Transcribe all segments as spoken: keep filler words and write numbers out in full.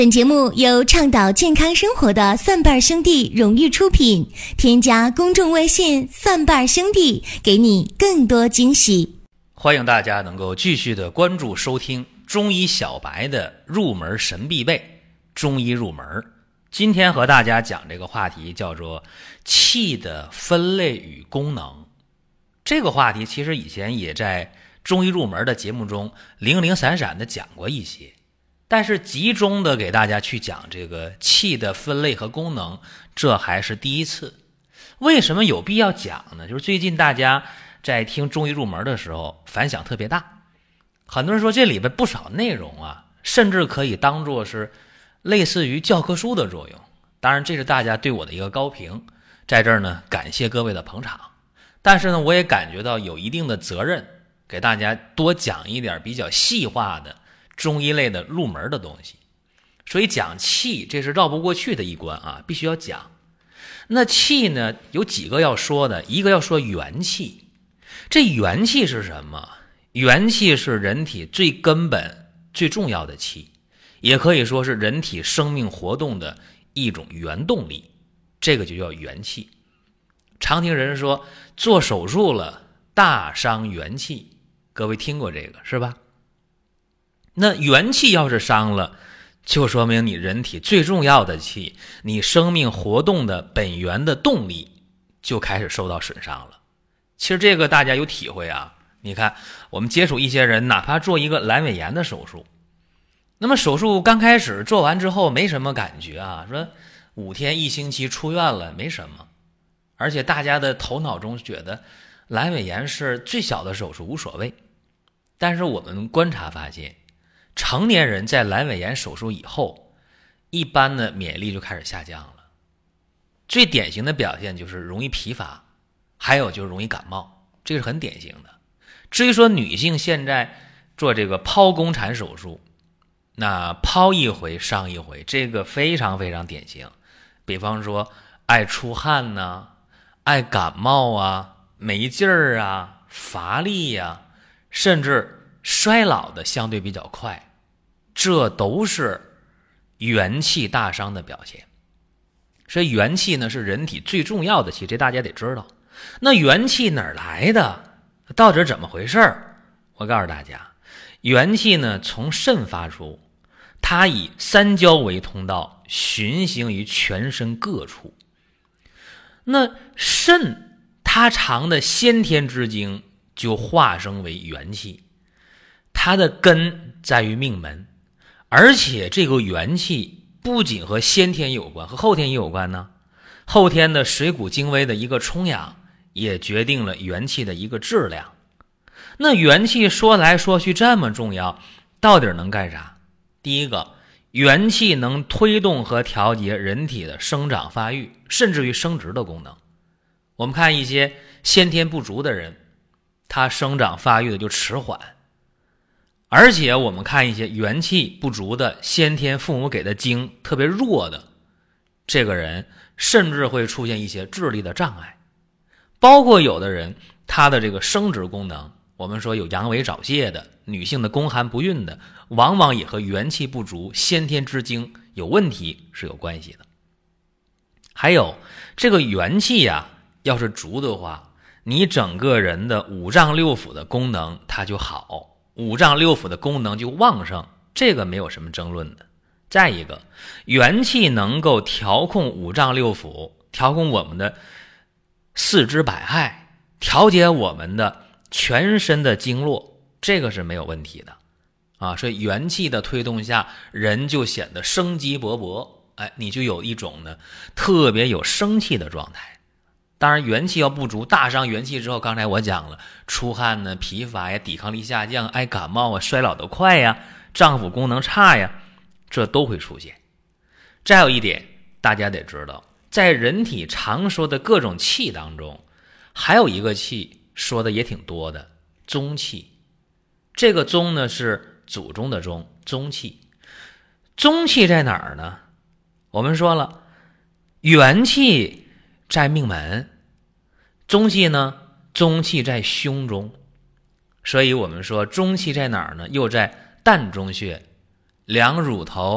本节目由倡导健康生活的蒜瓣兄弟荣誉出品，添加公众微信蒜瓣兄弟，给你更多惊喜。 欢迎大家能够继续的关注收听中医小白的入门神必备中医入门。今天和大家讲这个话题叫做气的分类与功能。这个话题其实以前也在中医入门的节目中零零散散的讲过一些，但是集中的给大家去讲这个气的分类和功能，这还是第一次。为什么有必要讲呢？就是最近大家在听中医入门的时候反响特别大，很多人说这里边不少内容啊，甚至可以当作是类似于教科书的作用。当然这是大家对我的一个高评，在这儿呢感谢各位的捧场。但是呢我也感觉到有一定的责任，给大家多讲一点比较细化的中医类的入门的东西。所以讲气这是绕不过去的一关啊，必须要讲。那气呢有几个要说的，一个要说元气。这元气是什么？元气是人体最根本最重要的气，也可以说是人体生命活动的一种原动力，这个就叫元气。常听人说做手术了大伤元气，各位听过这个是吧？那元气要是伤了，就说明你人体最重要的气，你生命活动的本源的动力就开始受到损伤了。其实这个大家有体会啊，你看我们接触一些人，哪怕做一个阑尾炎的手术，那么手术刚开始做完之后没什么感觉啊，说五天一星期出院了没什么，而且大家的头脑中觉得阑尾炎是最小的手术无所谓。但是我们观察发现，成年人在阑尾炎手术以后，一般的免疫力就开始下降了。最典型的表现就是容易疲乏，还有就是容易感冒，这是很典型的。至于说女性现在做这个剖宫产手术，那剖一回伤一回，这个非常非常典型。比方说爱出汗呐、啊，爱感冒啊，没劲儿啊，乏力啊，甚至衰老的相对比较快，这都是元气大伤的表现。所以元气呢是人体最重要的气，这大家得知道。那元气哪儿来的？到底是怎么回事？我告诉大家，元气呢从肾发出，它以三焦为通道，循行于全身各处。那肾它藏的先天之精就化生为元气，它的根在于命门，而且这个元气不仅和先天有关，和后天也有关呢。后天的水谷精微的一个充养，也决定了元气的一个质量。那元气说来说去这么重要，到底能干啥？第一个，元气能推动和调节人体的生长发育，甚至于生殖的功能。我们看一些先天不足的人，他生长发育的就迟缓。而且我们看一些元气不足的，先天父母给的精特别弱的，这个人甚至会出现一些智力的障碍。包括有的人他的这个生殖功能，我们说有阳痿早泄的，女性的宫寒不孕的，往往也和元气不足，先天之精有问题是有关系的。还有这个元气呀、啊，要是足的话，你整个人的五脏六腑的功能它就好，五脏六腑的功能就旺盛，这个没有什么争论的。再一个，元气能够调控五脏六腑，调控我们的四肢百骸，调节我们的全身的经络，这个是没有问题的啊。所以元气的推动下，人就显得生机勃勃，哎，你就有一种呢特别有生气的状态。当然元气要不足，大伤元气之后，刚才我讲了，出汗呢、疲乏呀、抵抗力下降、爱感冒啊、衰老的快呀、脏腑功能差呀，这都会出现。再有一点大家得知道，在人体常说的各种气当中，还有一个气说的也挺多的，宗气。这个宗呢是祖宗的宗，宗气。宗气在哪儿呢？我们说了，元气在命门，宗气呢，宗气在胸中。所以我们说中气在哪儿呢？又在膻中穴、两乳头、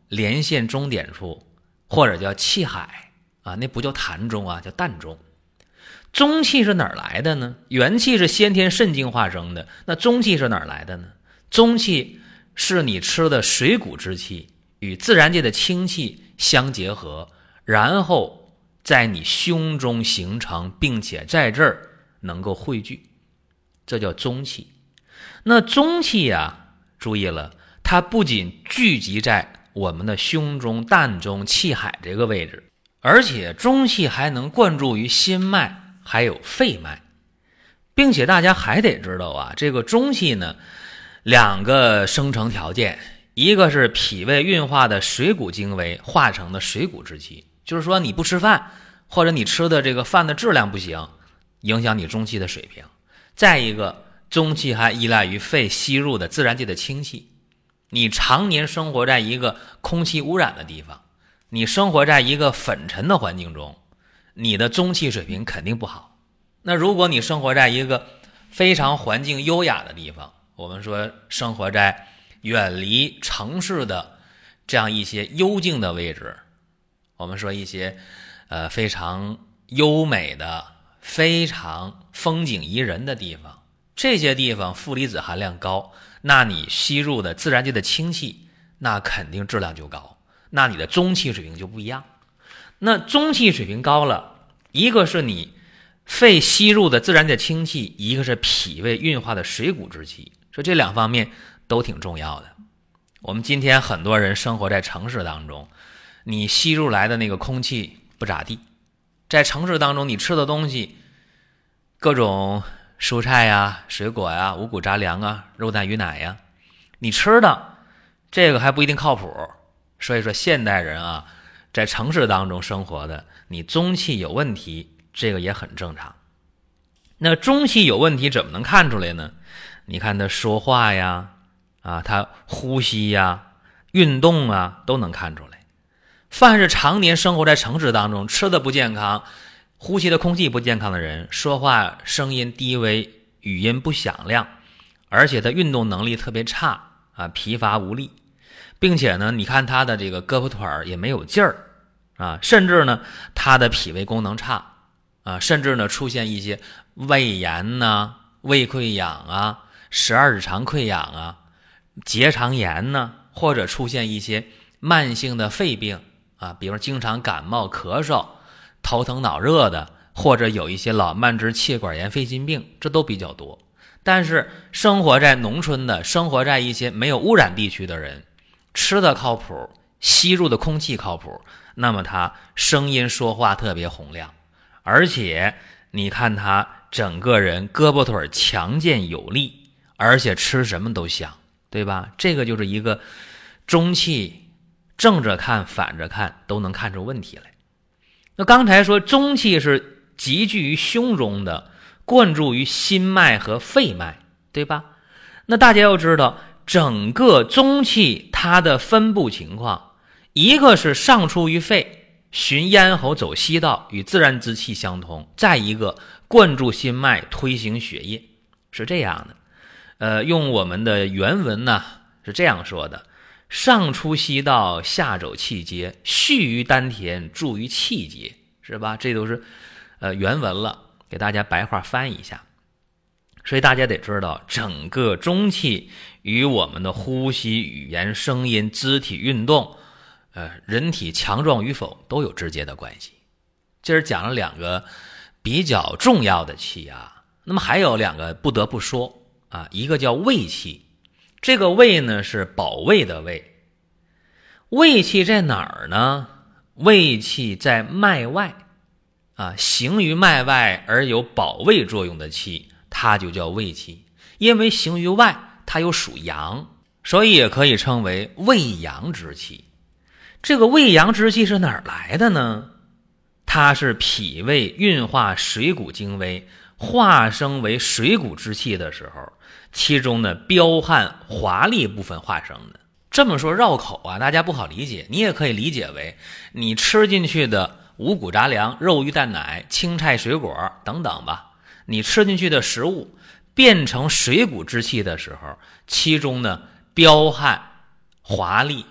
连线终点处，或者叫气海啊，那不叫痰中啊，叫膻中。中气是哪儿来的呢？元气是先天肾精化生的，那中气是哪儿来的呢？中气是你吃的水谷之气与自然界的清气相结合，然后在你胸中形成，并且在这儿能够汇聚，这叫中气。那中气啊，注意了，它不仅聚集在我们的胸中、膻中、气海这个位置，而且中气还能灌注于心脉还有肺脉。并且大家还得知道啊，这个中气呢，两个生成条件，一个是脾胃运化的水谷精微化成的水谷之气，就是说你不吃饭，或者你吃的这个饭的质量不行，影响你中气的水平。再一个，中气还依赖于肺吸入的自然界的清气。你常年生活在一个空气污染的地方，你生活在一个粉尘的环境中，你的中气水平肯定不好。那如果你生活在一个非常环境优雅的地方，我们说生活在远离城市的这样一些幽静的位置，我们说一些呃非常优美的、非常风景宜人的地方，这些地方负离子含量高，那你吸入的自然界的清气，那肯定质量就高，那你的中气水平就不一样。那中气水平高了，一个是你肺吸入的自然界清气，一个是脾胃运化的水谷之气，所以这两方面都挺重要的。我们今天很多人生活在城市当中，你吸入来的那个空气不咋地，在城市当中你吃的东西，各种蔬菜呀、水果呀、五谷杂粮啊、肉蛋鱼奶呀，你吃的这个还不一定靠谱。所以说现代人啊，在城市当中生活的，你中气有问题，这个也很正常。那中气有问题怎么能看出来呢？你看他说话呀，啊，他呼吸呀、运动啊，都能看出来。凡是常年生活在城市当中，吃的不健康，呼吸的空气不健康的人，说话声音低微，语音不响亮，而且他运动能力特别差啊，疲乏无力，并且呢，你看他的这个胳膊腿儿也没有劲儿啊，甚至呢，他的脾胃功能差啊，甚至呢出现一些胃炎呐、胃溃疡啊、十二指肠溃疡啊、结肠炎呐，或者出现一些慢性的肺病啊，比如经常感冒、咳嗽、头疼脑热的，或者有一些老慢支气管炎、肺心病，这都比较多。但是生活在农村的，生活在一些没有污染地区的人，吃的靠谱，吸入的空气靠谱，那么他声音说话特别洪亮，而且你看他整个人胳膊腿强健有力，而且吃什么都香，对吧？这个就是一个中气，正着看反着看都能看出问题来。那刚才说中气是集聚于胸中的，灌注于心脉和肺脉，对吧？那大家要知道整个中气它的分布情况，一个是上出于肺，循咽喉走息道，与自然之气相通，再一个灌注心脉，推行血液，是这样的。呃，用我们的原文呢是这样说的：上出息道，下走气结，蓄于丹田，注于气结，是吧？这都是呃原文了，给大家白话翻译一下。所以大家得知道，整个中气与我们的呼吸、语言、声音、肢体运动，呃，人体强壮与否都有直接的关系。今儿讲了两个比较重要的气啊，那么还有两个不得不说啊，一个叫卫气，这个卫呢是保卫的卫。卫气在哪儿呢？卫气在脉外啊，行于脉外而有保卫作用的气，它就叫卫气。因为行于外，它又属阳，所以也可以称为卫阳之气。这个卫阳之气是哪儿来的呢？它是脾胃运化水谷精微，化生为水谷之气的时候，其中呢彪悍华丽部分化生的。这么说绕口啊，大家不好理解，你也可以理解为你吃进去的五谷杂粮、肉鱼蛋奶、青菜水果等等吧，你吃进去的食物变成水谷之气的时候，其中呢彪悍华丽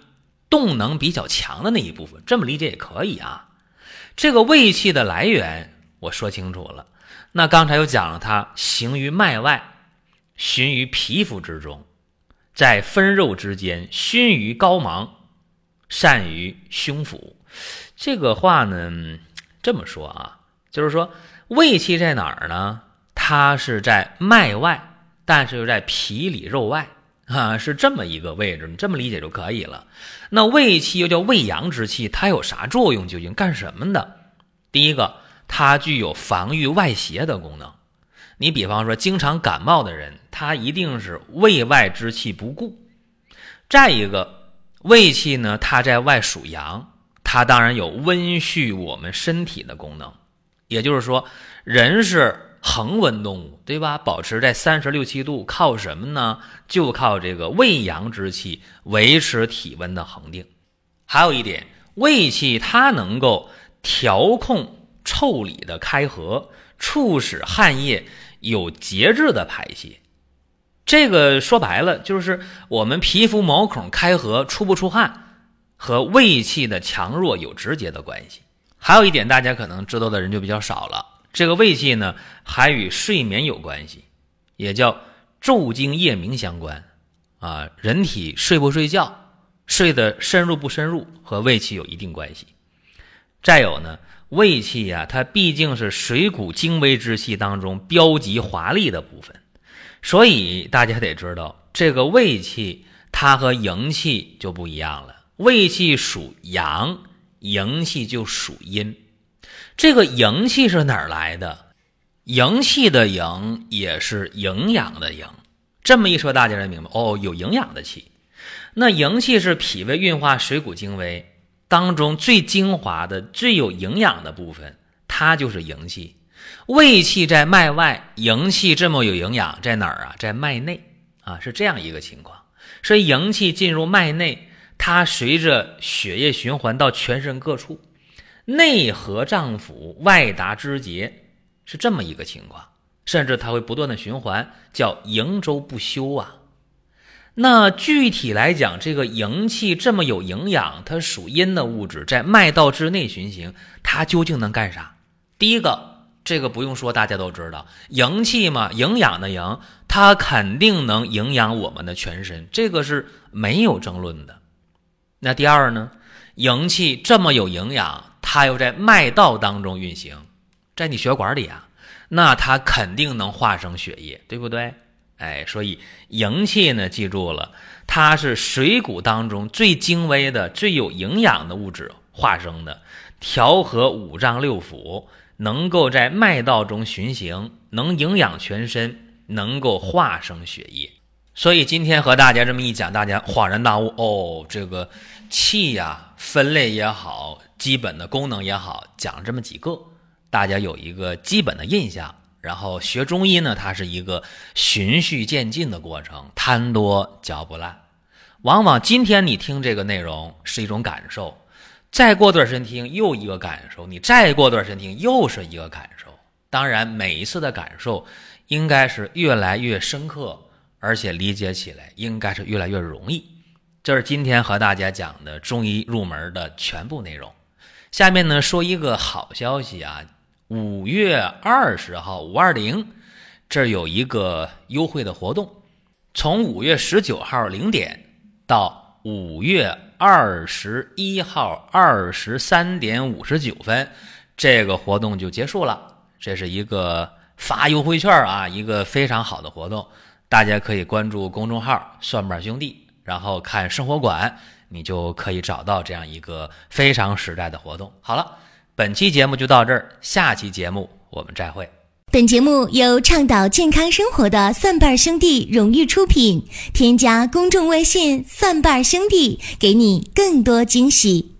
动能比较强的那一部分，这么理解也可以啊。这个胃气的来源我说清楚了，那刚才又讲了它行于脉外，循于皮肤之中，在分肉之间，熏于膏芒，散于胸腑。这个话呢这么说啊，就是说胃气在哪儿呢？它是在脉外，但是又在皮里肉外啊，是这么一个位置，你这么理解就可以了。那胃气又叫胃阳之气，它有啥作用？究竟干什么的？第一个，它具有防御外邪的功能。你比方说经常感冒的人，他一定是胃外之气不顾。再一个，胃气呢，它在外属阳，它当然有温煦我们身体的功能。也就是说，人是恒温动物，对吧？保持在三十六七度，靠什么呢？就靠这个胃阳之气维持体温的恒定。还有一点，胃气它能够调控腠理的开合，促使汗液有节制的排泄。这个说白了，就是我们皮肤毛孔开合出不出汗，和胃气的强弱有直接的关系。还有一点大家可能知道的人就比较少了，这个胃气呢还与睡眠有关系，也叫昼经夜明相关啊。人体睡不睡觉，睡得深入不深入，和胃气有一定关系。再有呢，胃气啊，它毕竟是水谷精微之气当中标极华丽的部分，所以大家得知道，这个胃气它和营气就不一样了。胃气属阳，营气就属阴。这个营气是哪儿来的？营气的营也是营养的营。这么一说大家就明白，哦，有营养的气。那营气是脾胃运化水谷精微当中最精华的最有营养的部分，它就是营气。胃气在脉外，营气这么有营养在哪儿啊？在脉内啊，是这样一个情况。所以营气进入脉内，它随着血液循环到全身各处，内合脏腑，外达肢节，是这么一个情况。甚至它会不断的循环，叫营周不休啊。那具体来讲，这个营气这么有营养，它属阴的物质在脉道之内循行，它究竟能干啥？第一个，这个不用说大家都知道，营气嘛，营养的营，它肯定能营养我们的全身，这个是没有争论的。那第二呢，营气这么有营养，它又在脉道当中运行，在你血管里啊，那它肯定能化生血液，对不对？哎，所以营气呢，记住了，它是水谷当中最精微的、最有营养的物质化生的，调和五脏六腑，能够在脉道中循行，能营养全身，能够化生血液。所以今天和大家这么一讲，大家恍然大悟，哦，这个气呀，分类也好，基本的功能也好，讲这么几个，大家有一个基本的印象。然后学中医呢，它是一个循序渐进的过程，贪多嚼不烂。往往今天你听这个内容是一种感受，再过段时间听又一个感受，你再过段时间听又是一个感受。当然每一次的感受应该是越来越深刻，而且理解起来应该是越来越容易。这是今天和大家讲的中医入门的全部内容。下面呢，说一个好消息啊，五月二十号五二零这儿有一个优惠的活动，从五月十九号零点到五月二十一号二十三点五十九分，这个活动就结束了。这是一个发优惠券啊，一个非常好的活动，大家可以关注公众号蒜瓣兄弟，然后看生活馆，你就可以找到这样一个非常实在的活动。好了，本期节目就到这儿，下期节目我们再会。 本节目由倡导健康生活的蒜瓣兄弟荣誉出品，添加公众微信蒜瓣兄弟，给你更多惊喜。